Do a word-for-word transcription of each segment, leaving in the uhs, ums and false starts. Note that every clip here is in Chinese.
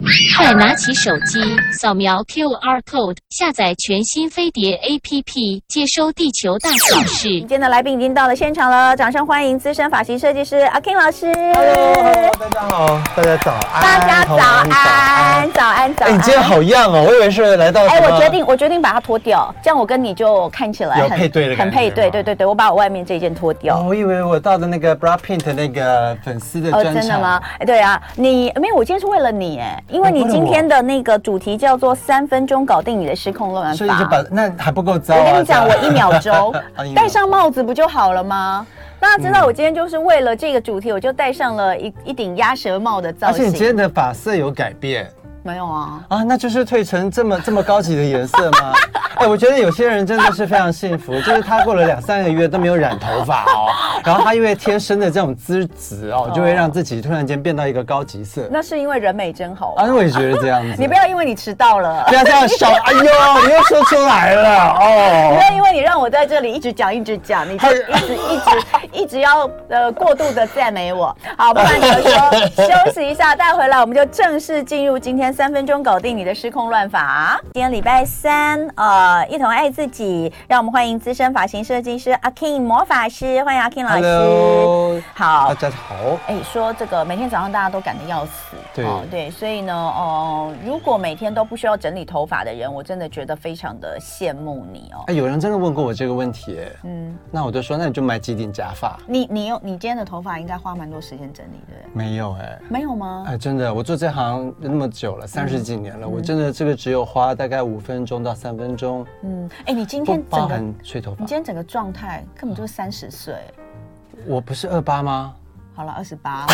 快拿起手机，扫描 Q R code， 下载全新飞碟 A P P， 接收地球大小事。 今天的来宾已经到了现场了，掌声欢迎资深发型设计师阿 King 老师。 Hello， 大家好，大家早安， 大家早安，早安，早安。 哎，你今天好样哦，我以为是来到。 哎，我决定，我决定把它脱掉，这样我跟你就看起来有配对的感觉， 很配对，对对对，我把我外面这件脱掉。 哦，我以为我到的那个 Blackpink 那个粉丝的专场。 哦，真的吗？哎，对啊，你没有，我今天是为了你哎，因为你今天的那个主题叫做三分钟搞定你的失控乱法， 所以就把那还不够糟、啊。 我跟你讲，我一秒钟戴上帽子不就好了吗？大家知道我今天就是为了这个主题，我就戴上了一一顶鸭舌帽的造型。 而且你今天的发色有改变。 没有啊啊，那就是褪成这么这么高级的颜色吗？哎，我觉得有些人真的是非常幸福，就是他过了两三个月都没有染头发哦，然后他因为天生的这种资质哦，就会让自己突然间变到一个高级色。 那是因为人美真好啊，我也觉得这样子。 你不要因为你迟到了， 不要这样笑，哎呦，你又说出来了哦。 不要因为你让我在这里一直讲一直讲，你就一直一直一直要呃过度的赞美我。好，不管怎么说，休息一下，待回来我们就正式进入今天三分钟搞定你的失控乱法。今天礼拜三，呃，一同爱自己，让我们欢迎资深发型设计师阿 King 魔法师，欢迎阿 King 老师。 Hello， 好， 大家好。 哎，说这个每天早上大家都赶得要死， 对、 哦、对，所以呢，哦、呃，如果每天都不需要整理头发的人，我真的觉得非常的羡慕你哦。 哎，有人真的问过我这个问题，哎， 嗯， 那我就说，那你就买几顶假发。 你你有你今天的头发应该花蛮多时间整理的。 没有哎， 没有吗？ 哎，真的，我做这行那么久了，三十几年了，嗯、我真的这个只有花大概五分钟到三分钟。 嗯，哎，你今天整个包含吹头发， 你今天整个状态根本就是三十岁。 我不是二八吗？ 好了，二十八。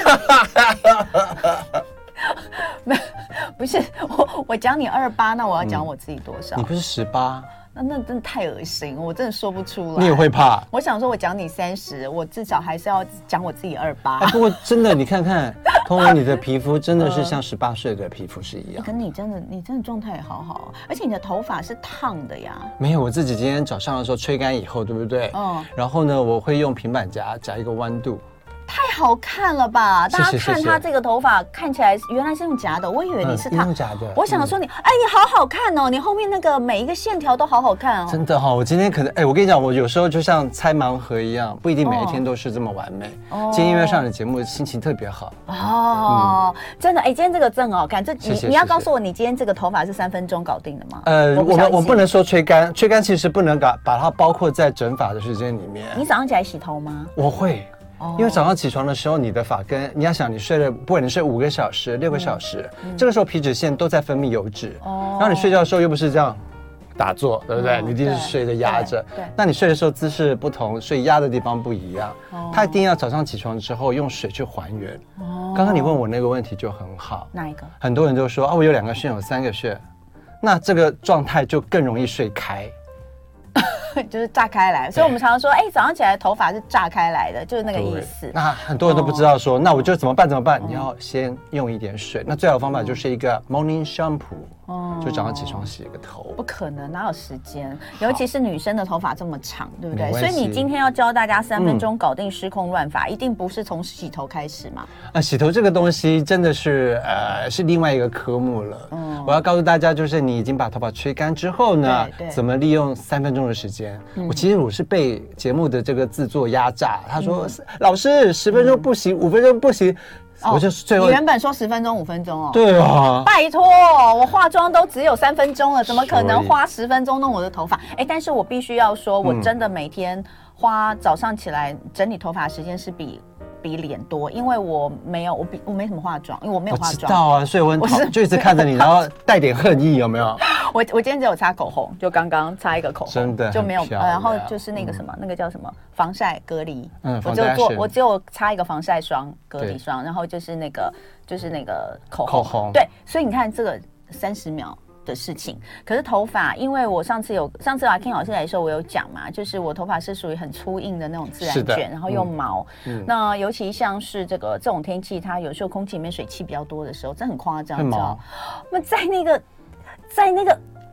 不是我，我讲你二八，那我要讲我自己多少？ 嗯、你不是十八？ 那那真的太恶心，我真的说不出来。 你也会怕？ 我想说，我讲你三十，我至少还是要讲我自己二八。 哎，不过真的，你看看，通文你的皮肤真的是像十八岁的皮肤是一样。 可你真的，你真的状态也好好，而且你的头发是烫的呀。 没有，我自己今天早上的时候吹干以后，对不对？嗯。然后呢，我会用平板夹夹一个弯度。 太好看了吧！大家看他这个头发看起来原来是用夹的，我以为你是他、 嗯、用夹的。 我想说你，哎，你好好看哦，你后面那个每一个线条都好好看哦。 真的哈、哦，我今天可能，哎，我跟你讲，我有时候就像拆盲盒一样，不一定每一天都是这么完美。哦、今天因为上你的节目，心情特别好。 哦，嗯、真的，哎，今天这个真好看。这你谢谢你要告诉我，你今天这个头发是三分钟搞定的吗？ 呃，我们我不能说吹干，吹干其实不能把把它包括在整发的时间里面。 你早上起来洗头吗？ 我会。因为早上起床的时候，你的发根，你要想你睡了，不管你睡五个小时、六个小时，嗯、这个时候皮脂腺都在分泌油脂，哦、然后你睡觉的时候又不是这样打坐，对不对？哦、你一定是睡着压着，那你睡的时候姿势不同，所以压的地方不一样。哦、它一定要早上起床之后用水去还原。哦、刚刚你问我那个问题就很好， 哪一个？ 很多人都说啊，我有两个穴，有三个穴，那这个状态就更容易睡开。 就是炸开来，所以我们常常说，哎、欸，早上起来头发是炸开来的，就是那个意思。 那很多人都不知道说，哦、那我就怎么办？怎么办？你要先用一点水。那最好的方法就是一个 morning shampoo，哦、就早上起床洗一个头。 不可能，哪有时间？尤其是女生的头发这么长，对不对？所以你今天要教大家三分钟搞定失控乱法，嗯、一定不是从洗头开始嘛？ 啊，洗头这个东西真的是呃是另外一个科目了。嗯，我要告诉大家，就是你已经把头发吹干之后呢，怎么利用三分钟的时间。嗯、我其实我是被节目的这个制作压榨，他说、嗯、老师十分钟不行，五、嗯、分钟不行。哦、我就最后你原本说十分钟五分钟哦， 对啊， 拜托，我化妆都只有三分钟了，怎么可能花十分钟弄我的头发？哎，但是我必须要说，我真的每天花早上起来整理头发的时间是比。比脸多，因为我没有，我比我没什么化妆，因为我没有化妆。 我知道啊，所以我很讨就一直看着你，然后带点恨意，有没有？ 我我今天只有擦口红，就刚刚擦一个口红， 真的就没有。呃、然后就是那个什么，嗯、那个叫什么防晒隔离，嗯，我只有做，我只有擦一个防晒霜、隔离霜，然后就是那个就是那个口红，口红，对，所以你看这个三十秒。的事情，可是头发，因为我上次有上次阿 King 老师来的时候，我有讲嘛，就是我头发是属于很粗硬的那种自然卷，然后又毛。嗯、那尤其像是这个这种天气，它有时候空气里面水汽比较多的时候，这很夸张，你知道？那在那个在那个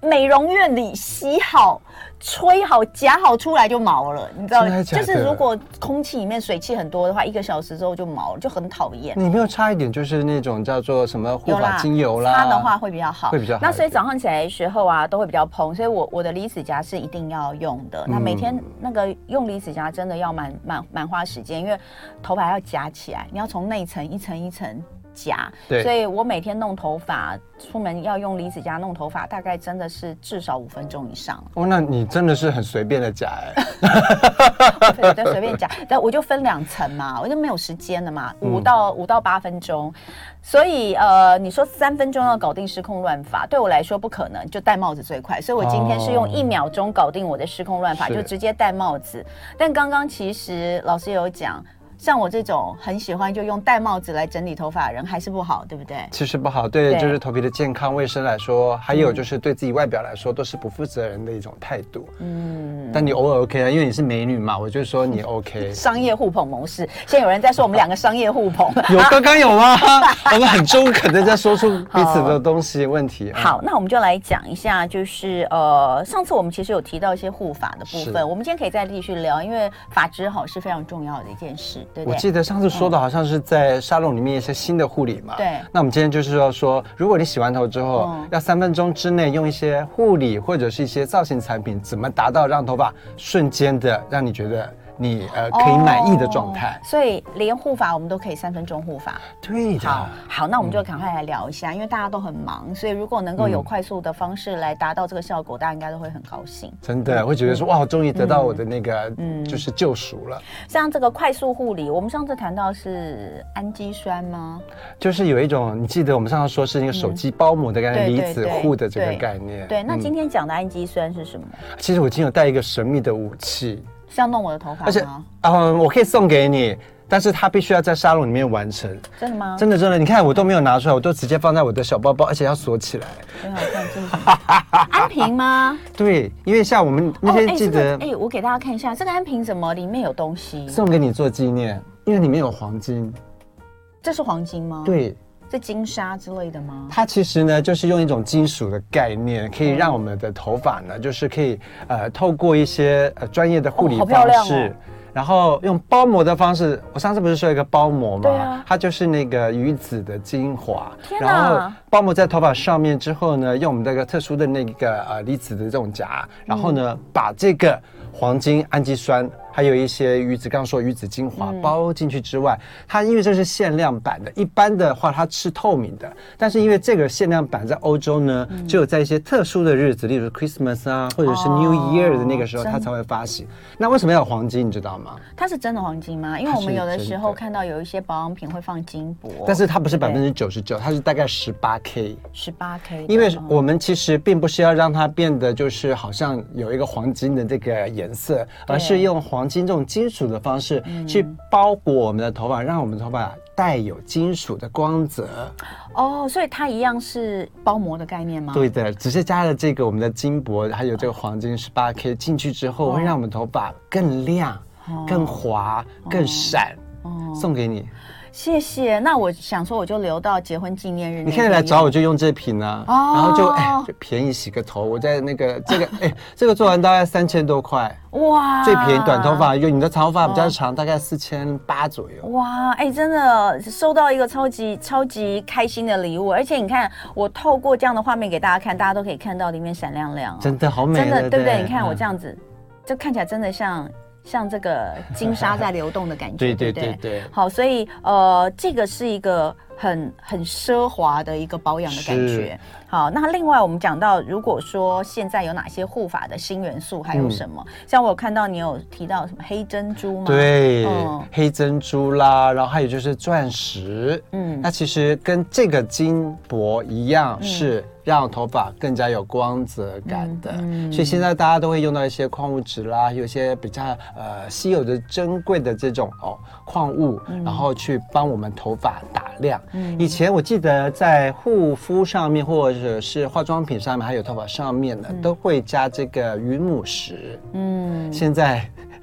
美容院里洗好、吹好、夹好出来就毛了，你知道？就是如果空气里面水汽很多的话，一个小时之后就毛了，就很讨厌。 你没有擦一点就是那种叫做什么护发精油啦？ 擦的话会比较好， 会比较好。 那所以早上起来的时候啊，都会比较蓬，所以我我的离子夹是一定要用的。嗯、那每天那个用离子夹真的要蛮蛮蛮花时间，因为头发要夹起来，你要从内层一层一层夹，所以我每天弄头发，出门要用离子夹弄头发，大概真的是至少五分钟以上。 哦，那你真的是很随便的夹哎， 对对，随便夹，但我就分两层嘛，我就没有时间了嘛，五到五到八分钟，所以呃，你说三分钟要搞定失控乱发，对我来说不可能，就戴帽子最快，所以我今天是用一秒钟搞定我的失控乱发，哦、就直接戴帽子。但刚刚其实老师有讲。像我这种很喜欢就用戴帽子来整理头发的人还是不好，对不对？ 其实不好，对，对就是头皮的健康卫生来说，还有就是对自己外表来说，都是不负责任的一种态度。嗯，但你偶尔 OK 啊，因为你是美女嘛，我就说你 OK。 商业互捧模式，现在有人在说我们两个商业互捧， 有刚刚有吗？我们很中肯的在说出彼此的东西问题。 好，那我们就来讲一下，就是呃，上次我们其实有提到一些护发的部分，我们今天可以再继续聊，因为发质好是非常重要的一件事。对对， 我记得上次说的好像是在沙龙里面一些新的护理嘛。 对。 那我们今天就是要说，如果你洗完头之后，嗯、要三分钟之内用一些护理或者是一些造型产品，怎么达到让头发瞬间的让你觉得你呃可以满意的状态？ 哦、所以连护发我们都可以三分钟护发。 对的。 好，好，那我们就赶快来聊一下，嗯、因为大家都很忙，所以如果能够有快速的方式来达到这个效果，嗯、大家应该都会很高兴。 真的、嗯、会觉得说哇，我终于得到我的那个、嗯、就是救赎了。 像这个快速护理，我们上次谈到是氨基酸吗？ 就是有一种，你记得我们上次说是那个手机包膜的概念，离子护的这个概念。 对，那今天讲的氨基酸是什么？ 嗯、其实我今天有带一个神秘的武器。 是要弄我的头发吗？ 而且，嗯，我可以送给你，但是它必须要在沙龙里面完成。 真的吗？ 真的真的，你看我都没有拿出来，我都直接放在我的小包包，而且要锁起来。 很好看，这是安瓶吗？ 对，因为像我们那天记得， 哎、哦欸这个欸，我给大家看一下，这个安瓶怎么里面有东西？ 送给你做纪念，因为里面有黄金。 这是黄金吗？ 对。 是金沙之类的吗？ 它其实呢，就是用一种金属的概念，可以让我们的头发呢，就是可以呃，透过一些呃专业的护理方式，哦哦、然后用包膜的方式。我上次不是说一个包膜吗？ 对啊， 它就是那个鱼子的精华，然后包膜在头发上面之后呢，用我们这个特殊的那个呃离子的这种夹，然后呢，嗯、把这个黄金氨基酸。还有一些鱼子，刚刚说鱼子精华包进去之外，嗯、它因为这是限量版的，一般的话它是透明的，但是因为这个限量版在欧洲呢，嗯、只有在一些特殊的日子，例如 Christmas 啊，或者是 New Year 的那个时候，它才会发行。那为什么要有黄金？你知道吗？ 它是真的黄金吗？因为我们有的时候看到有一些保养品会放金箔， 但是它不是百分之九十九，它是大概十八 K。 十八 K。 因为我们其实并不是要让它变得就是好像有一个黄金的这个颜色，而是用黄金这种金属的方式去包裹我们的头发，让我们的头发带有金属的光泽。 哦，所以它一样是包膜的概念吗？ 对的，只是加了这个我们的金箔，还有这个黄金 十八 K 进去之后，会让我们头发更亮、哦、更滑、更闪。哦，送给你。 谢谢，那我想说我就留到结婚纪念日。 你可以来找我就用这瓶啊，哦、然后就哎就便宜洗个头。我在那个这个哎这个做完大概三千多块，哇，最便宜。短头发有你的长发比较长，哦、大概四千八左右。 哇，哎，真的收到一个超级超级开心的礼物，而且你看我透过这样的画面给大家看，大家都可以看到里面闪亮亮、哦， 真的好美， 真的对不对？你看我这样子，就看起来真的像。像这个金沙在流动的感觉， 对对对 对, 对。 好，所以呃，这个是一个很很奢华的一个保养的感觉。好，那另外我们讲到，如果说现在有哪些护发的新元素，还有什么？嗯、像我有看到你有提到什么黑珍珠吗？ 对，嗯、黑珍珠啦，然后还有就是钻石。嗯，那其实跟这个金箔一样是。嗯让头发更加有光泽感的，嗯嗯、所以现在大家都会用到一些矿物质啦，有一些比较呃稀有的、珍贵的这种哦矿物，嗯、然后去帮我们头发打亮。嗯、以前我记得在护肤上面或者是化妆品上面，还有头发上面呢，嗯、都会加这个云母石。嗯，现在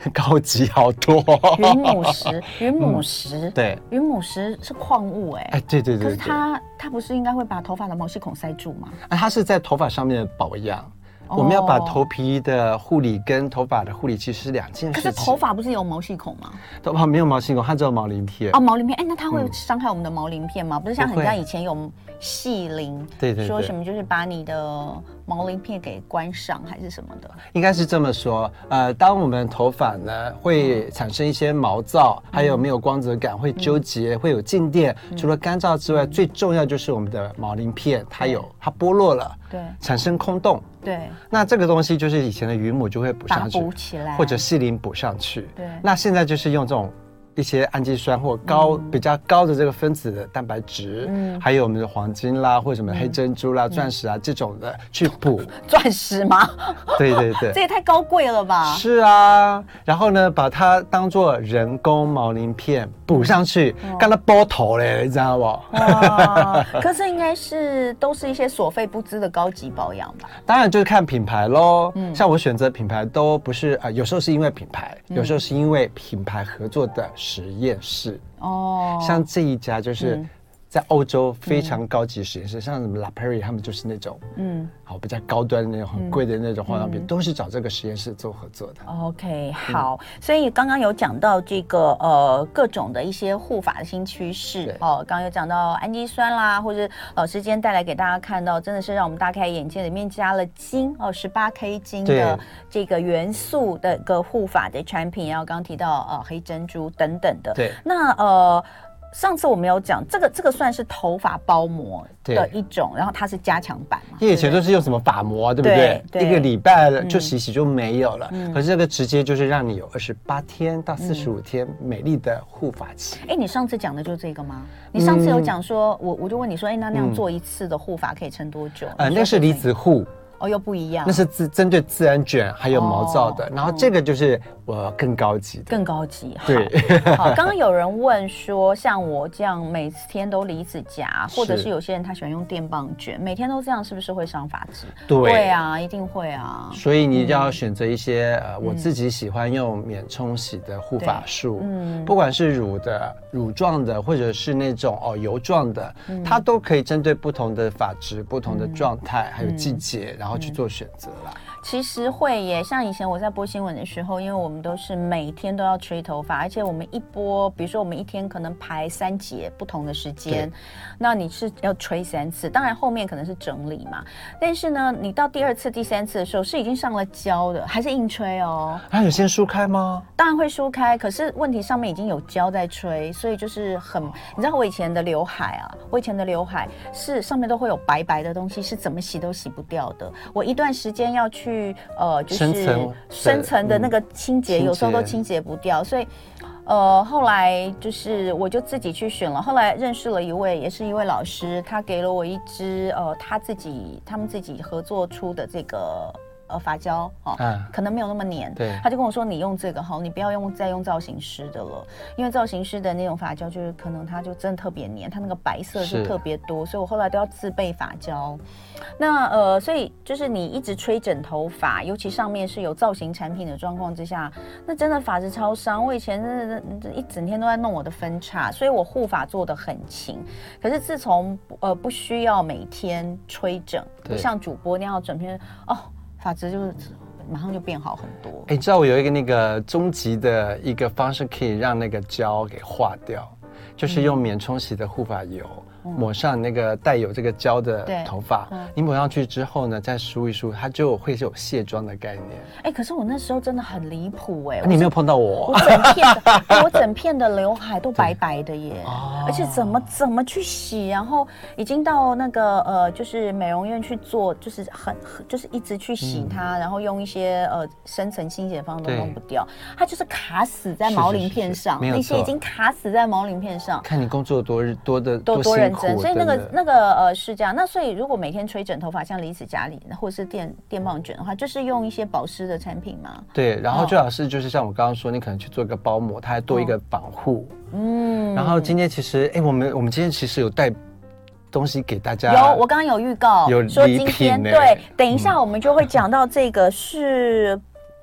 高级好多。 云母石，云母石， 嗯、对， 云母石是矿物哎、欸， 哎，对对 对, 对， 可是它它不是应该会把头发的毛细孔塞住吗？ 哎，它是在头发上面的保养。我们要把头皮的护理跟头发的护理其实是两件事情。 可是头发不是有毛细孔吗？ 头发没有毛细孔，它只有毛鳞片。 哦，毛鳞片，哎，那它会伤害我们的毛鳞片吗？嗯、不是像很像以前有细鳞， 对 对, 对， 说什么就是把你的毛鳞片给关上还是什么的？ 应该是这么说。呃，当我们头发呢会产生一些毛躁，嗯、还有没有光泽感，会纠结，嗯、会有静电。嗯、除了干燥之外，嗯、最重要就是我们的毛鳞片，它有它剥落了， 对， 产生空洞。 对， 那这个东西就是以前的云母就会补上去， 补起来， 或者细鳞补上去。 对， 那现在就是用这种一些氨基酸或高、嗯、比较高的这个分子的蛋白质，嗯，还有我们的黄金啦，或者什么黑珍珠啦、嗯、钻石啊这种的去补。 钻石吗？ 对对对， 这也太高贵了吧？ 是啊，然后呢，把它当做人工毛鳞片补上去，跟它剥头嘞，你知道不？ 哇，可是应该是都是一些所费不赀的高级保养吧？ 当然就是看品牌咯。嗯，像我选择品牌都不是啊、呃，有时候是因为品牌，嗯、有时候是因为品牌合作的实验室。哦，像这一家就是。嗯在欧洲非常高级实验室，嗯、像什么 La Prairie 他们就是那种，嗯，好比较高端的那种很贵的那种化妆品，嗯、都是找这个实验室做合作的。 OK， 好，嗯、所以刚刚有讲到这个呃各种的一些护发的新趋势哦，刚刚有讲到氨基酸啦，或者老师今天带来给大家看到，真的是让我们大开眼界，里面加了金哦，十八 K 金的这个元素的一个护发的产品，然后刚刚提到呃黑珍珠等等的，对，那呃。上次我们有讲，这个这个算是头发包膜的一种，然后它是加强版嘛。 因为以前都是用什么发膜、啊，对不对？对对一个礼拜就洗洗就没有了。嗯、可是这个直接就是让你有二十八天到四十五天美丽的护发期。 哎、嗯，你上次讲的就是这个吗？你上次有讲说，我我就问你说，哎，那那样做一次的护发可以撑多久？ 呃，那是离子护。 哦，又不一样， 那是自针对自然卷还有毛躁的，哦、然后这个就是我更高级的， 更高级。 对， 好，刚刚有人问说，像我这样每天都离子夹，或者是有些人他喜欢用电棒卷，每天都这样，是不是会伤发质？ 对， 对啊，一定会啊。 所以你要选择一些、嗯、呃，我自己喜欢用免冲洗的护发素，嗯，不管是乳的、乳状的，或者是那种哦油状的，嗯、它都可以针对不同的发质、不同的状态、嗯、还有季节，然后去做选择啦。 其实会耶，像以前我在播新闻的时候，因为我们都是每天都要吹头发，而且我们一播，比如说我们一天可能排三节不同的时间，那你是要吹三次，当然后面可能是整理嘛，但是呢，你到第二次、第三次的时候是已经上了胶的，还是硬吹哦？ 啊，有先梳开吗？ 当然会梳开，可是问题上面已经有胶在吹，所以就是很，你知道我以前的刘海啊，我以前的刘海是上面都会有白白的东西，是怎么洗都洗不掉的，我一段时间要去。去呃，就是深层的那个清洁，嗯、有时候都清洁不掉，所以呃，后来就是我就自己去选了。后来认识了一位，也是一位老师，他给了我一支呃，他自己他们自己合作出的这个。呃，发胶哦，啊、可能没有那么黏。对，他就跟我说，你用这个好，你不要用再用造型师的了，因为造型师的那种发胶就是可能它就真的特别黏，它那个白色就特别多，所以我后来都要自备发胶。那呃，所以就是你一直吹整头发，尤其上面是有造型产品的状况之下，那真的发质超伤。我以前真的一整天都在弄我的分叉，所以我护发做得很勤。可是自从呃不需要每天吹整，不像主播那样整天哦。发质就是马上就变好很多。 哎，你知道我有一个那个终极的一个方式可以让那个胶给化掉，就是用免冲洗的护发油。嗯、抹上那个带有这个胶的头发，嗯、你抹上去之后呢，再梳一梳，它就会是有卸妆的概念。 哎、欸，可是我那时候真的很离谱哎！ 你没有碰到我， 我整片的，我整片的刘海都白白的耶，哦、而且怎么怎么去洗，然后已经到那个呃，就是美容院去做，就是很就是一直去洗它，嗯、然后用一些呃深层清洁方法都弄不掉，它就是卡死在毛鳞片上，是是是是那些已经卡死在毛鳞片上。 看你工作多日多的多多人。所以那个那个呃是这样，那所以如果每天吹整头发，像离子夹里或者是电电棒卷的话，就是用一些保湿的产品嘛。 对，然后最好是就是像我刚刚说，你可能去做一个包膜，它还多一个防护。嗯。然后今天其实，哎，我们我们今天其实有带东西给大家。 有，我刚刚有预告， 有说今天对，等一下我们就会讲到这个是。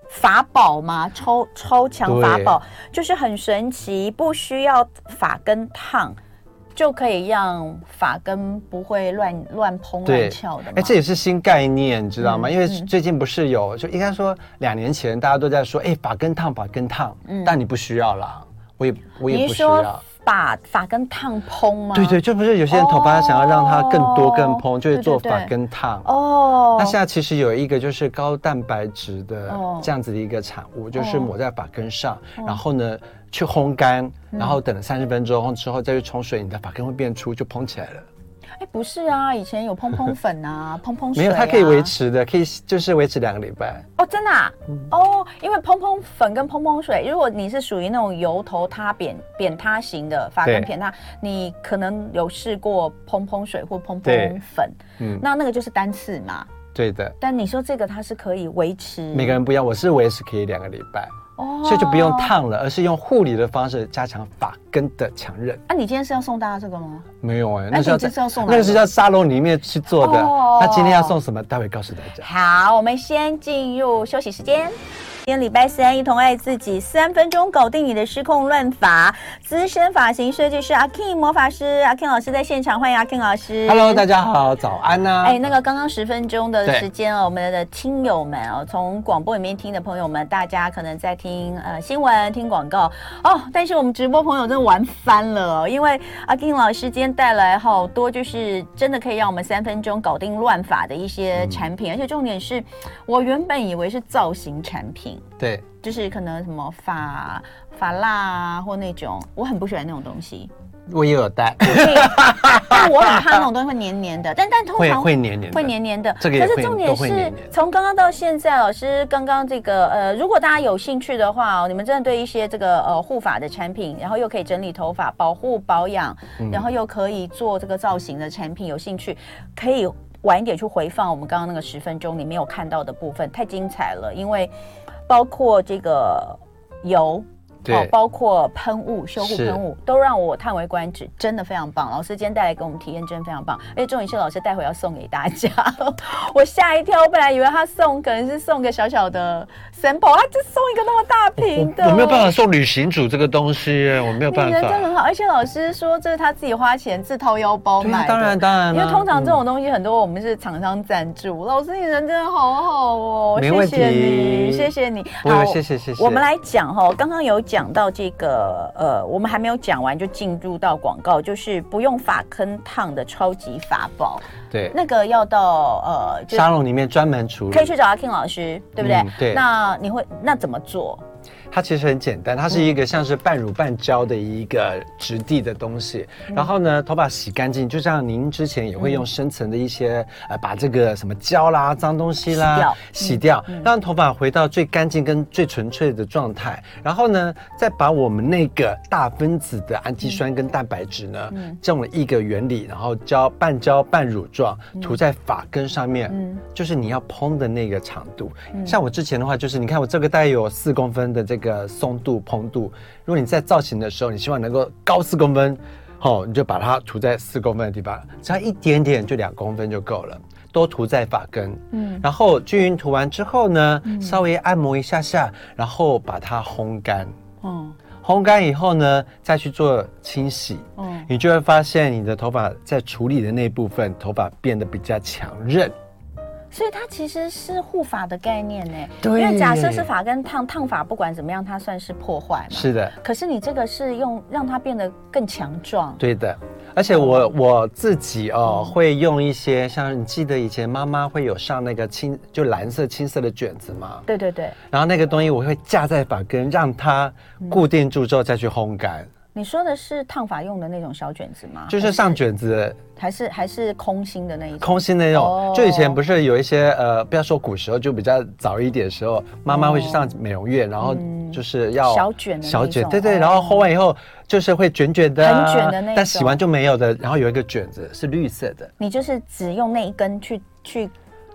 法宝吗？超超强法宝，就是很神奇，不需要发根烫就可以让发根不会乱乱蓬乱翘的。 哎，这也是新概念，你知道吗？嗯、因为最近不是有，就应该说两年前大家都在说，哎，发根烫，发根烫，嗯、但你不需要啦，我也我也不需要。 把发根烫蓬吗？ 对对，就不是有些人头发想要让它更多更蓬，就会做发根烫。哦，那现在其实有一个就是高蛋白质的这样子的一个产物，就是抹在发根上，然后呢去烘干，然后等了三十分钟之后再去冲水，你的发根会变粗，就蓬起来了。 哎，不是啊，以前有蓬蓬粉啊，蓬蓬水、啊、 没有，它可以维持的，可以就是维持两个礼拜。 哦，真的啊？嗯、哦，因为蓬蓬粉跟蓬蓬水，如果你是属于那种油头塌扁扁塌型的发根扁塌，你可能有试过蓬蓬水或蓬蓬粉，嗯，那那个就是单次嘛。 对的。 但你说这个它是可以维持， 每个人不一样，我是维持可以两个礼拜。哦，所以就不用烫了，而是用护理的方式加强发根的强韧。 啊，你今天是要送大家这个吗？ 没有哎、欸，那是要, 要送那个是在沙龙里面去做的。哦、那今天要送什么？待会告诉大家。 好，我们先进入休息时间。今天礼拜三，一同爱自己，三分钟搞定你的失控乱发。资深发型设计师阿 King 魔法师，阿 King 老师在现场，欢迎阿 King 老师。 Hello， 大家好，早安呐、啊。 哎，那个刚刚十分钟的时间哦，我们的听友们哦，从广播里面听的朋友们，大家可能在听呃新闻、听广告哦，但是我们直播朋友真的玩翻了哦，因为阿 King 老师今天带来好多就是真的可以让我们三分钟搞定乱发的一些产品，嗯、而且重点是我原本以为是造型产品。 对， 就是可能什么发发蜡啊，或那种，我很不喜欢那种东西。 我也有带， 但我很怕那种东西会黏黏的，但但通常会黏黏的， 会黏黏的。 这个也会， 可是重点是从刚刚到现在，老师刚刚这个呃，如果大家有兴趣的话、哦，你们真的对一些这个呃护发的产品，然后又可以整理头发、保护保养，嗯、然后又可以做这个造型的产品有兴趣，可以晚一点去回放我们刚刚那个十分钟你没有看到的部分，太精彩了，因为。包括这个油，哦，包括喷雾、修护喷雾，都让我叹为观止，真的非常棒。老师今天带来给我们体验，真的非常棒。而且重点是老师待会要送给大家，我吓一跳，我本来以为他送可能是送个小小的 sample， 他就送一个那么大瓶的。 我, 我没有办法送旅行组这个东西，我没有办法。 你人真的很好，而且老师说这是他自己花钱自掏腰包买的。 当然当然， 因为通常这种东西很多我们是厂商赞助。嗯、老师你人真的好好哦， 没问题， 谢谢你，谢谢你。 好，谢谢谢谢。 我们来讲哈、哦，刚刚有讲到这个。呃，我们还没有讲完就进入到广告，就是不用发根烫的超级法宝。 对， 那个要到呃沙龙里面专门处理， 可以去找阿 King 老师，对不对？ 嗯、对。 那你会那怎么做？ 它其实很简单，它是一个像是半乳半胶的一个质地的东西。嗯、然后呢，头发洗干净，就像您之前也会用深层的一些、嗯、呃，把这个什么胶啦、脏东西啦洗掉，洗掉嗯、让头发回到最干净跟最纯粹的状态。然后呢，再把我们那个大分子的氨基酸跟蛋白质呢，嗯、这种一个原理，然后胶半胶半乳状涂在发根上面，嗯、就是你要蓬的那个长度。嗯、像我之前的话，就是你看我这个大概有四公分的这个。这个松度、蓬度，如果你在造型的时候，你希望能够高四公分，好、哦，你就把它涂在四公分的地方，只要一点点，就两公分就够了，都涂在发根，嗯，然后均匀涂完之后呢，嗯、稍微按摩一下下，然后把它烘干，嗯，烘干以后呢，再去做清洗，嗯，你就会发现你的头发在处理的那部分，头发变得比较强韧。 所以它其实是护发的概念呢， 对， 因为假设是发根烫，烫发不管怎么样，它算是破坏嘛。 是的。 可是你这个是用让它变得更强壮。 对的，而且我我自己哦、嗯、会用一些，像你记得以前妈妈会有上那个青就蓝色青色的卷子吗？ 对对对。 然后那个东西我会架在发根，让它固定住之后再去烘干。嗯你说的是烫发用的那种小卷子吗？ 就是上卷子， 还是还是空心的那一种？ 空心的那种，哦、就以前不是有一些呃，不要说古时候，就比较早一点的时候，妈妈会去上美容院，哦、然后就是要小卷的小卷，对对，然后烘完以后就是会卷卷的、 啊，很卷的那种， 但洗完就没有的。然后有一个卷子是绿色的， 你就是只用那一根去去。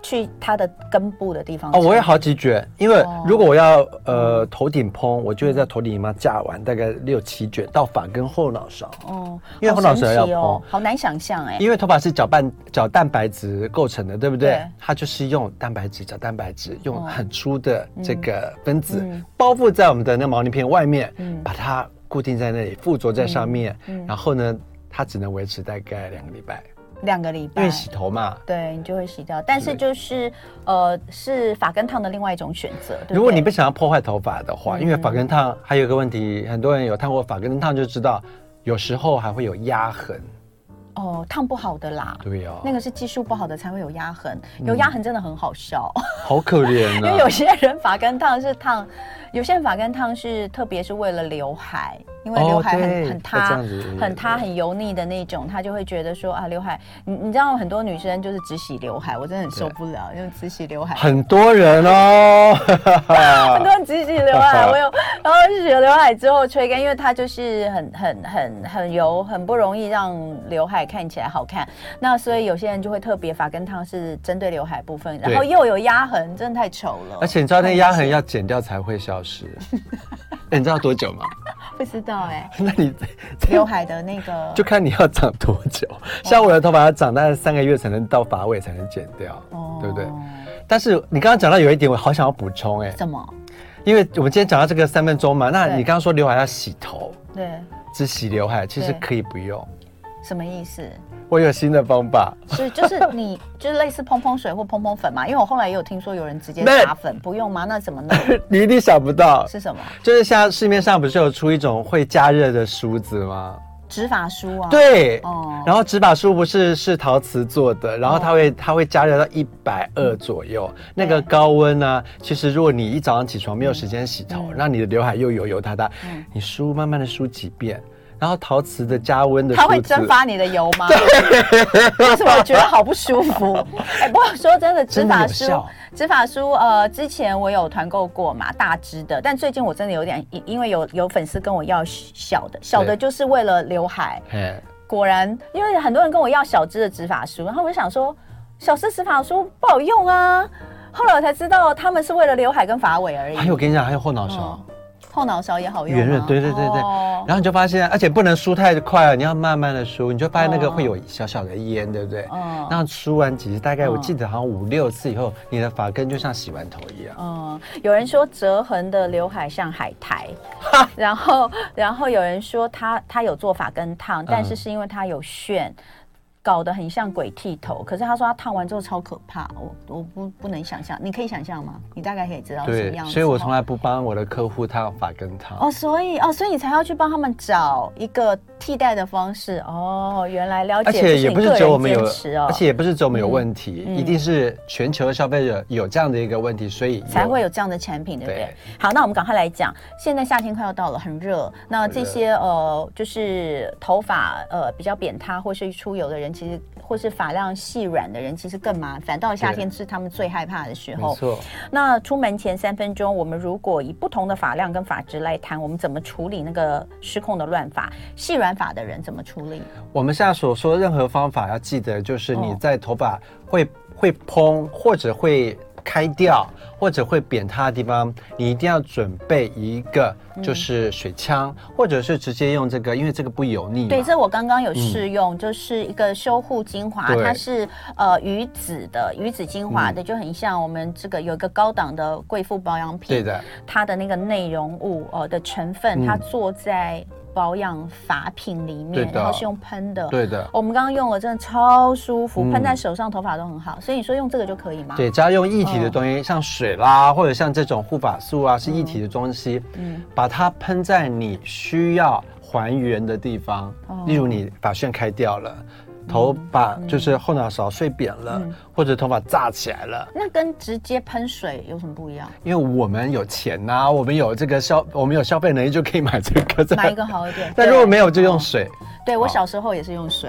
去它的根部的地方。 哦，我会好几卷，因为如果我要呃头顶蓬，我就会在头顶嘛架完大概六七卷到发根后脑勺。哦，因为后脑勺要蓬， 哦，好难想象哎。 因为头发是角蛋角蛋白质构成的，对不对？对，它就是用蛋白质角蛋白质，用很粗的这个分子、嗯、包覆在我们的那毛鳞片外面，嗯、把它固定在那里，附着在上面，嗯嗯、然后呢，它只能维持大概两个礼拜。 两个礼拜， 因为洗头嘛， 对你就会洗掉。但是就是呃，是发根烫的另外一种选择。 如果你不想要破坏头发的话，嗯、因为发根烫还有一个问题，很多人有烫过发根烫就知道，有时候还会有压痕。 哦，烫不好的啦， 对哦， 那个是技术不好的才会有压痕，有压痕真的很好笑，嗯、 好可怜啊。 因为有些人发根烫是烫，有些人发根烫是特别是为了刘海。因为刘海很、哦、很塌、很塌、很油腻的那种，他就会觉得说啊，刘海，你你知道很多女生就是只洗刘海，我真的很受不了，因为只洗刘海。 很多人哦， 很多人只洗刘海，我有，然后洗了刘海之后吹干，因为它就是很很很很油，很不容易让刘海看起来好看。那所以有些人就会特别发根烫是针对刘海部分，然后又有压痕，真的太丑了。 而且你知道那压痕要剪掉才会消失，你知道多久吗？ 不知道哎、 欸，那你刘海的那个就看你要长多久。像我的头发要长大概三个月才能到发尾才能剪掉，哦、对不对？但是你刚刚讲到有一点，我好想要补充哎、欸， 什么？ 因为我们今天讲到这个三分钟嘛，那你刚刚说刘海要洗头， 对， 只洗刘海，其实可以不用。 什么意思？ 我有新的方法， 是就是你就是类似蓬蓬水或蓬蓬粉嘛，因为我后来也有听说有人直接打粉，不用吗？那怎么弄？ 你一定想不到是什么？ 就是像市面上不是有出一种会加热的梳子吗？ 直发梳啊， 对，哦，然后直发梳不是是陶瓷做的，然后它会、哦、它会加热到一百二左右，嗯、那个高温呢、啊，其实如果你一早上起床没有时间洗头，嗯、让你的刘海又油油塌塌，嗯、你梳慢慢的梳几遍。然后陶瓷的加温的梳子， 它会蒸发你的油吗？为什么我觉得好不舒服？哎，不过说真的，直发梳，直发梳，呃，之前我有团购过嘛，大支的，但最近我真的有点，因为有有粉丝跟我要小的，小的就是为了刘海。果然，因为很多人跟我要小支的直发梳，然后我就想说，小支直发梳不好用啊。后来我才知道，他们是为了刘海跟发尾而已。 还有，我跟你讲，还有后脑勺。嗯后脑勺也好用， 圆润，对对对对。哦、然后你就发现，而且不能梳太快了，你要慢慢的梳，你就发现那个会有小小的烟，对不对？嗯。然后梳完几次，大概我记得好像五六次以后，你的发根就像洗完头一样。 嗯。有人说折痕的刘海像海苔，然后然后有人说他他有做发根烫，但是是因为他有炫。搞得很像鬼剃头，可是他说他烫完之后超可怕，我我不不能想象，你可以想象吗？你大概可以知道什么样子。 所以我从来不帮我的客户烫发根烫。 哦，所以哦，所以你才要去帮他们找一个替代的方式。哦，原来了解， 而且也不是只有我们有， 哦、 而且也不是只有我们有问题，嗯、一定是全球的消费者有这样的一个问题，所以才会有这样的产品，对不对？对。好，那我们赶快来讲，现在夏天快要到了，很热，那这些呃，就是头发呃比较扁塌或是出油的人，其实。或是发量细软的人，其实更麻烦。到了夏天是他们最害怕的时候。 没错。 那出门前三分钟，我们如果以不同的发量跟发质来谈，我们怎么处理那个失控的乱发？细软发的人怎么处理？ 我们现在所说的任何方法，要记得就是你在头发会、哦、会蓬或者会开掉或者会扁塌的地方，你一定要准备一个就是水枪，嗯、或者是直接用这个，因为这个不油腻。 对，这我刚刚有试用，嗯、就是一个修护精华，它是呃鱼子的鱼子精华的，嗯、就很像我们这个有一个高档的贵妇保养品， 对的， 它的那个内容物呃的成分，嗯、它做在。保养发品里面，然后是用喷的， 对的。 我们刚刚用了，真的超舒服，喷、嗯、在手上头发都很好。所以你说用这个就可以吗？ 对，只要用液体的东西，哦、像水啦，或者像这种护发素啊，是液体的东西，嗯，把它喷在你需要还原的地方，哦、例如你发旋开掉了。头把就是后脑勺睡扁了，嗯、或者头发炸起来了， 那跟直接喷水有什么不一样？ 因为我们有钱呐、啊，我们有这个消，我们有消费能力就可以买这个， 买一个好一点。 但如果没有就用水。 对，我小时候也是用水。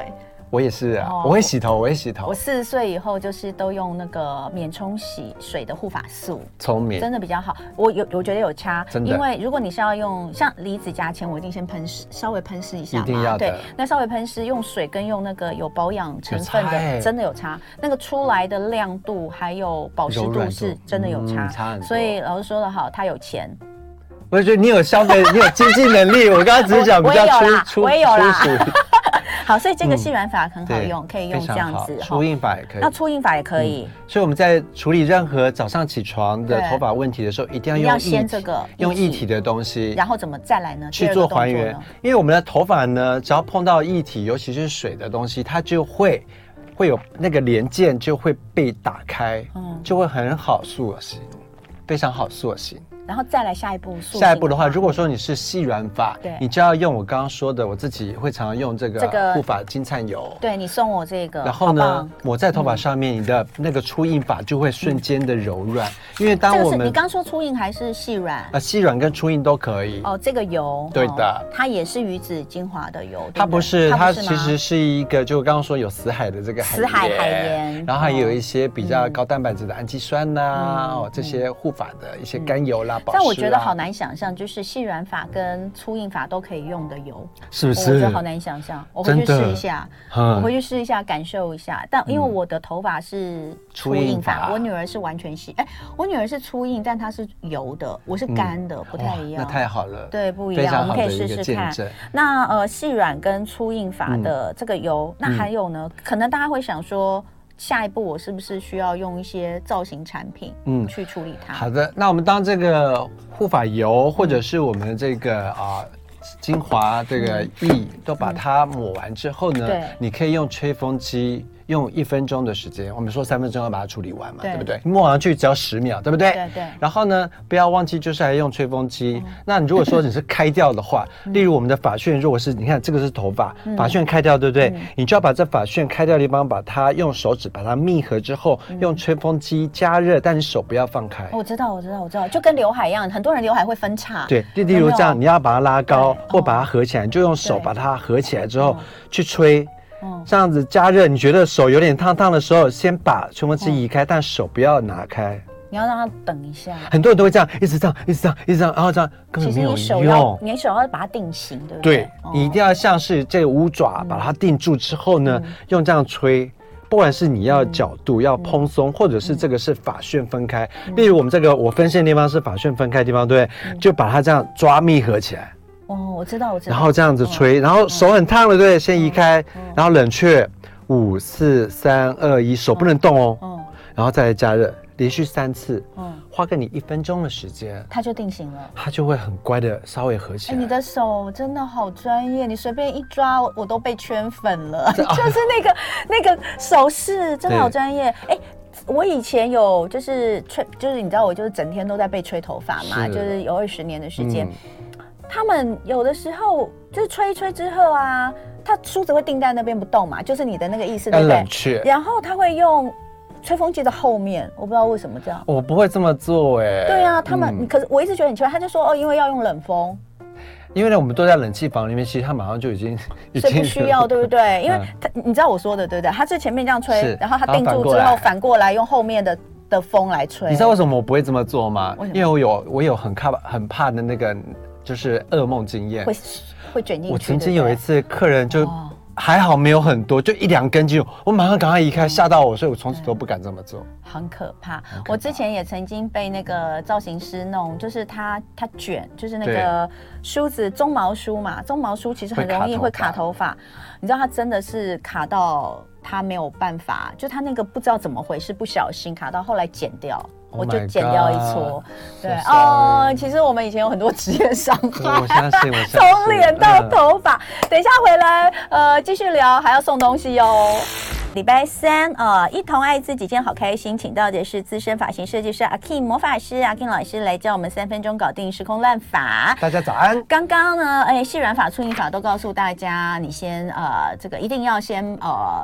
我也是啊，哦、我会洗头，我会洗头。 我四十岁以后就是都用那个免冲洗水的护发素， 聪明， 真的比较好。我有，我觉得有差， 真的。 因为如果你是要用像离子夹前，我一定先喷湿，稍微喷湿一下嘛， 一定要的。 对，那稍微喷湿，用水跟用那个有保养成分的，欸、真的有差。那个出来的亮度还有保湿度是真的有差，嗯、 差很多。 所以老师说的好，他有钱。 我觉得你有消费，你有经济能力。我刚刚只是讲比较粗， 我也有啦。好，所以这个细软法很好用，嗯、可以用这样子。 粗硬法也可以。 那粗硬法也可以、 嗯。所以我们在处理任何早上起床的头发问题的时候，一定要用要先这个用液体的东西， 然后怎么再来呢？ 去做还原。因为我们的头发呢，只要碰到液体，尤其是水的东西，它就会会有那个连件就会被打开，嗯，就会很好塑形，非常好塑形。 然后再来下一步， 下一步的话，如果说你是细软发，对，你就要用我刚刚说的，我自己会常常用这个护发金灿油。 对，你送我这个， 然后呢，抹在头发上面，你的那个粗硬发就会瞬间的柔软。因为当我们你刚说粗硬还是细软？ 啊，细软跟粗硬都可以。 哦，这个油， 对的， 它也是鱼子精华的油。 它不是，它其实是一个，就刚刚说有死海的这个海死海海盐， 然后还有一些比较高蛋白质的氨基酸呐，哦，这些护发的一些甘油啦。 但我觉得好难想象，就是细软发跟粗硬发都可以用的油， 是不是？ 我觉得好难想象，我回去试一下，我回去试一下，感受一下。但因为我的头发是粗硬发，我女儿是完全细，哎，我女儿是粗硬，但她是油的，我是干的，不太一样。 那太好了， 对，不一样，我们可以试试看。那呃，细软跟粗硬发的这个油，那还有呢？可能大家会想说，下一步我是不是需要用一些造型产品，嗯，去处理它？ 好的，那我们当这个护发油或者是我们这个啊、呃、精华这个液都把它抹完之后呢，嗯、你可以用吹风机。用一分钟的时间，我们说三分钟要把它处理完嘛， 对, 对不对？抹上去只要十秒，对不对？ 对对。 然后呢，不要忘记就是还用吹风机。嗯、那你如果说你是开掉的话，嗯、例如我们的发旋，如果是你看这个是头发，嗯、发旋开掉，对不对？嗯、你就要把这发旋开掉的地方，把它用手指把它密合之后，嗯、用吹风机加热，但你手不要放开。 我知道，我知道，我知道，就跟刘海一样，很多人刘海会分叉。 对，例如这样，你要把它拉高或把它合起来，就用手把它合起来之后去吹。这样子加热，你觉得手有点烫烫的时候，先把吹风机移开，但手不要拿开。 你要让它等一下。 很多人都会这样，一直这样，一直这样，一直这样，然后这样根本没有用。 其实你手要，你手要把它定型，对不对？ 对，你一定要像是这个乌爪把它定住之后呢，用这样吹。不管是你要角度要蓬松，或者是这个是发旋分开。例如我们这个我分线的地方是发旋分开的地方，对，就把它这样抓密合起来。 哦，我知道，我知道。 然后这样子吹，然后手很烫了，对，先移开，然后冷却，五四三二一，手不能动哦。嗯。然后再来加热，连续三次，嗯，花个你一分钟的时间， 它就定型了， 它就会很乖的稍微合起来。 你的手真的好专业，你随便一抓，我都被圈粉了，就是那个那个手势真的好专业，哎。我以前有就是吹，就是你知道我就是整天都在被吹头发嘛，就是有二十年的时间。嗯、他们有的时候就是吹一吹之后啊，他梳子会定在那边不动嘛，就是你的那个意思，对不对？ 冷却。 然后他会用吹风机的后面，我不知道为什么这样。 我不会这么做哎、欸。 对啊，他们，嗯、可是我一直觉得很奇怪，他就说哦，因为要用冷风。 因为呢，我们都在冷气房里面，其实他马上就已经已经不需要，对不对？因为他，你知道我说的，对不对？他是前面这样吹，然后他定住之后，反过来用后面的的风来吹。 你知道为什么我不会这么做吗？因为我有我有很怕很怕的那个就是噩梦经验， 会会卷进去。 我曾经有一次客人就。哦还好没有很多，就一两根筋，我马上赶快移开，吓到我，所以我从此都不敢这么做。 很可怕。可怕我之前也曾经被那个造型师弄，就是他他卷，就是那个梳子鬃毛梳嘛，鬃毛梳其实很容易会卡头发。你知道他真的是卡到他没有办法，就他那个不知道怎么回事，不小心卡到，后来剪掉。我就剪掉一撮，对哦。其实我们以前有很多职业伤害， 我相信，我相信， 从脸到头发。等一下回来，呃，继续聊，还要送东西哦。礼拜三啊、呃，一同爱自己，今天好开心，请到的是资深发型设计师阿 King 魔法师阿 King 老师来教我们三分钟搞定时空乱发。 大家早安。 刚刚呢，哎，细软发、粗硬发都告诉大家，你先呃，这个一定要先呃。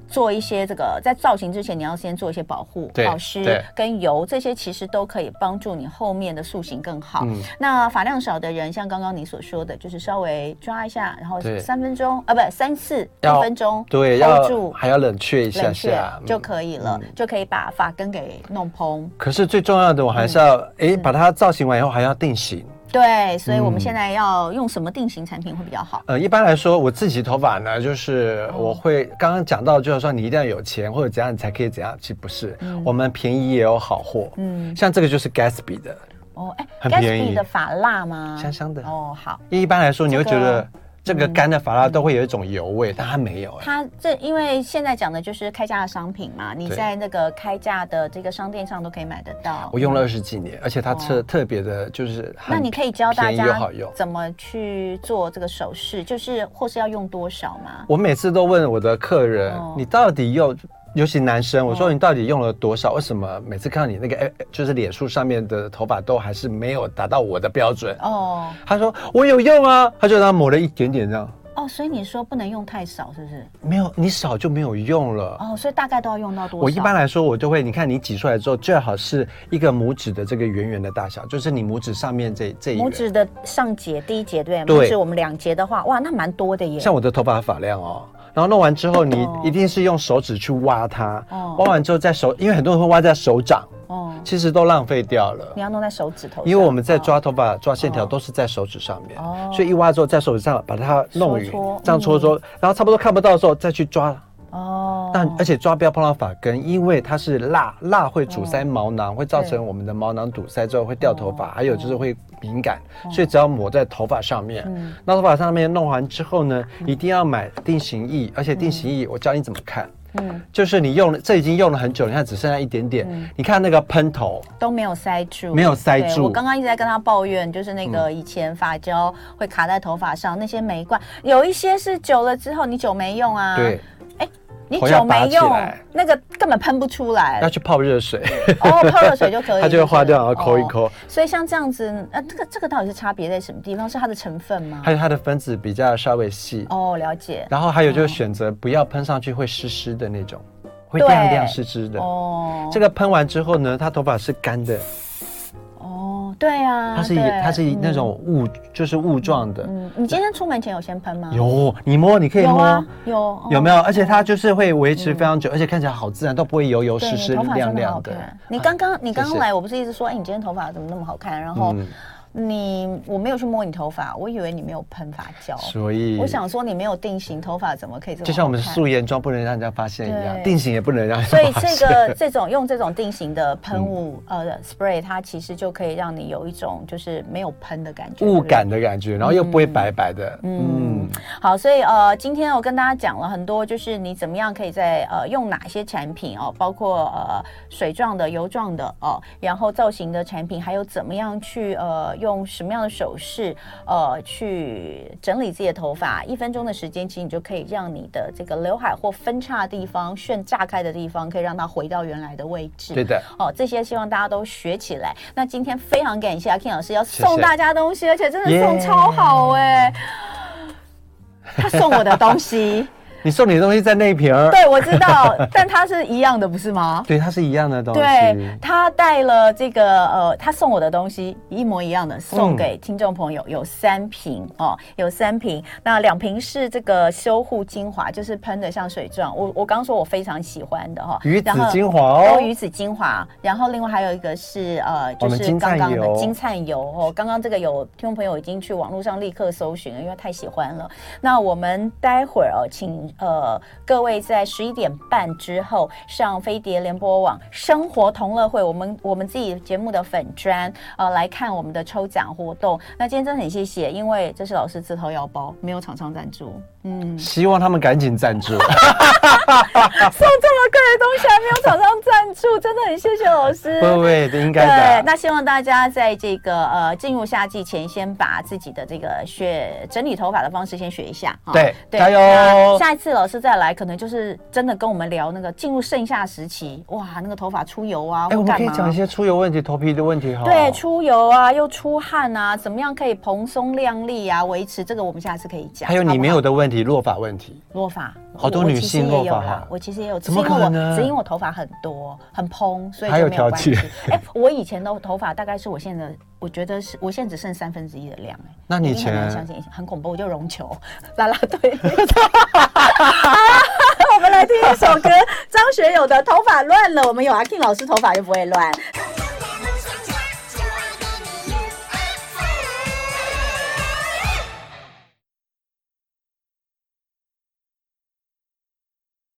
做一些这个在造型之前，你要先做一些保护、保湿跟油，这些其实都可以帮助你后面的塑形更好。嗯、那发量少的人，像刚刚你所说的，就是稍微抓一下，然后三分钟啊，不三次一分钟， 对，要住还要冷却一下下就可以了，嗯、就可以把发根给弄蓬。 可是最重要的，我还是要哎、嗯，把它造型完以后还要定型。 对，所以我们现在要用什么定型产品会比较好？ 呃，一般来说，我自己头发呢，就是我会刚刚讲到，就是说你一定要有钱或者怎样，你才可以怎样。其实不是，嗯、我们便宜也有好货。嗯，像这个就是 Gatsby 的。 哦，哎，很便宜。Gatsby 的发蜡吗？ 香香的。 哦，好。 一般来说，你会觉得。这个干的发蜡都会有一种油味，嗯、但它没有、欸。 它这因为现在讲的就是开价的商品嘛，你在那个开价的这个商店上都可以买得到。 我用了二十几年，而且它特、哦、特别的就是很， 那你可以教大家怎么去做这个手势，就是或是要用多少吗？ 我每次都问我的客人，哦、你到底用？尤其男生，我说你到底用了多少？为什么每次看到你那个就是脸书上面的头发都还是没有达到我的标准？哦，他说我有用啊，他就让他抹了一点点这样。 哦，所以你说不能用太少，是不是？ 没有，你少就没有用了。 哦，所以大概都要用到多少？ 我一般来说，我就会，你看你挤出来之后，最好是一个拇指的这个圆圆的大小，就是你拇指上面这这一。 拇指的上节第一节对，拇指我们两节的话，哇，那蛮多的耶。 像我的头发发量哦。然后弄完之后，你一定是用手指去挖它，哦、挖完之后在手，因为很多人会挖在手掌，哦、其实都浪费掉了。 你要弄在手指头上， 因为我们在抓头发、哦、抓线条都是在手指上面，哦、所以一挖之后在手指上把它弄匀，这样搓搓，嗯、然后差不多看不到的时候再去抓。哦，但而且抓不要碰到发根，因为它是蜡，蜡会阻塞毛囊，哦、会造成我们的毛囊堵塞之后会掉头发，哦、还有就是会敏感，哦、所以只要抹在头发上面。嗯，那头发上面弄完之后呢，嗯、一定要买定型液，而且定型液我教你怎么看。嗯，就是你用了，这已经用了很久，你看只剩下一点点，嗯、你看那个喷头都没有塞住， 没有塞住。 我刚刚一直在跟他抱怨，就是那个以前发胶会卡在头发上，嗯、那些没关，有一些是久了之后你久没用啊。 对。 你久没用，那个根本喷不出来， 要去泡热水。 哦，泡热水就可以， 它就会化掉，然后抠一抠。 哦、所以像这样子，呃，这个这个到底是差别在什么地方？是它的成分吗？ 还有它的分子比较稍微细。 哦，了解。 然后还有就是选择不要喷上去会湿湿的那种，会亮亮湿湿的。哦。这个喷完之后呢，它头发是干的。 对啊， 它是它是那种雾，嗯、就是雾状的。 嗯，你今天出门前有先喷吗？ 有，你摸，你可以摸， 有啊，有， 有没有？而且它就是会维持非常久，嗯、而且看起来好自然，都不会油油湿湿亮亮的。 你刚刚你刚刚来，我不是一直说，哎，你今天头发怎么那么好看？然后。嗯你我没有去摸你头发，我以为你没有喷发胶，所以我想说你没有定型，头发怎么可以这么好看？ 就像我们素颜妆不能让人家发现一样，定型也不能让人家发现。 所以这个这种用这种定型的喷雾、嗯、呃 spray， 它其实就可以让你有一种就是没有喷的感觉， 雾感的感觉，然后又不会白白的。 嗯，嗯好，所以呃今天我跟大家讲了很多，就是你怎么样可以在呃用哪些产品哦，包括呃水状的、油状的哦，然后造型的产品，还有怎么样去呃。用什么样的手势，呃，去整理自己的头发？一分钟的时间，其实你就可以让你的这个刘海或分叉的地方、旋炸开的地方，可以让它回到原来的位置。 对的， 哦，这些希望大家都学起来。那今天非常感谢阿 Ken 老师要送大家东西，谢谢，而且真的送超好哎、欸， yeah 他送我的东西。 你送你的东西在那一瓶儿， 对，我知道，但它是一样的，不是吗？ 对，它是一样的东西。 对，他带了这个呃，他送我的东西一模一样的，送给听众朋友，嗯、有三瓶哦，有三瓶。那两瓶是这个修护精华，就是喷的像水状。我我刚刚说我非常喜欢的哈、哦， 鱼子精华哦， 都鱼子精华。然后另外还有一个是呃，就是刚刚的金灿油哦。刚刚这个有听众朋友已经去网络上立刻搜寻了，因为太喜欢了。那我们待会儿哦，请。呃，各位在十一点半之后上飞碟联播网生活同乐会，我们我们自己节目的粉专呃来看我们的抽奖活动。那今天真的很谢谢，因为这是老师自掏腰包，没有厂商赞助。 嗯，希望他们赶紧赞助。送这么贵的东西还没有厂商赞助，真真的很谢谢老师。 不会，应该的。 对，那希望大家在这个呃进入夏季前，先把自己的这个学整理头发的方式先学一下。 对，加油！ 下一次老师再来，可能就是真的跟我们聊那个进入盛夏时期，哇，那个头发出油啊， 哎，我们可以讲一些出油问题、头皮的问题哈。 对，出油啊，又出汗啊，怎么样可以蓬松亮丽啊？维持这个，我们下次可以讲。 还有你没有的问题，落发问题。 落发， 好多女性落发哈。 我其实也有， 怎么可能？ 只因为我头发很多，很蓬，所以还有调节。 哎，我以前的头发大概是我现在，我觉得是我现在只剩三分之一的量哎。 那你以前很难相信，很恐怖，我就绒球啦啦队。我们来听一首歌，张学友的《头发乱了》。我们有阿 King 老师，头发就不会乱。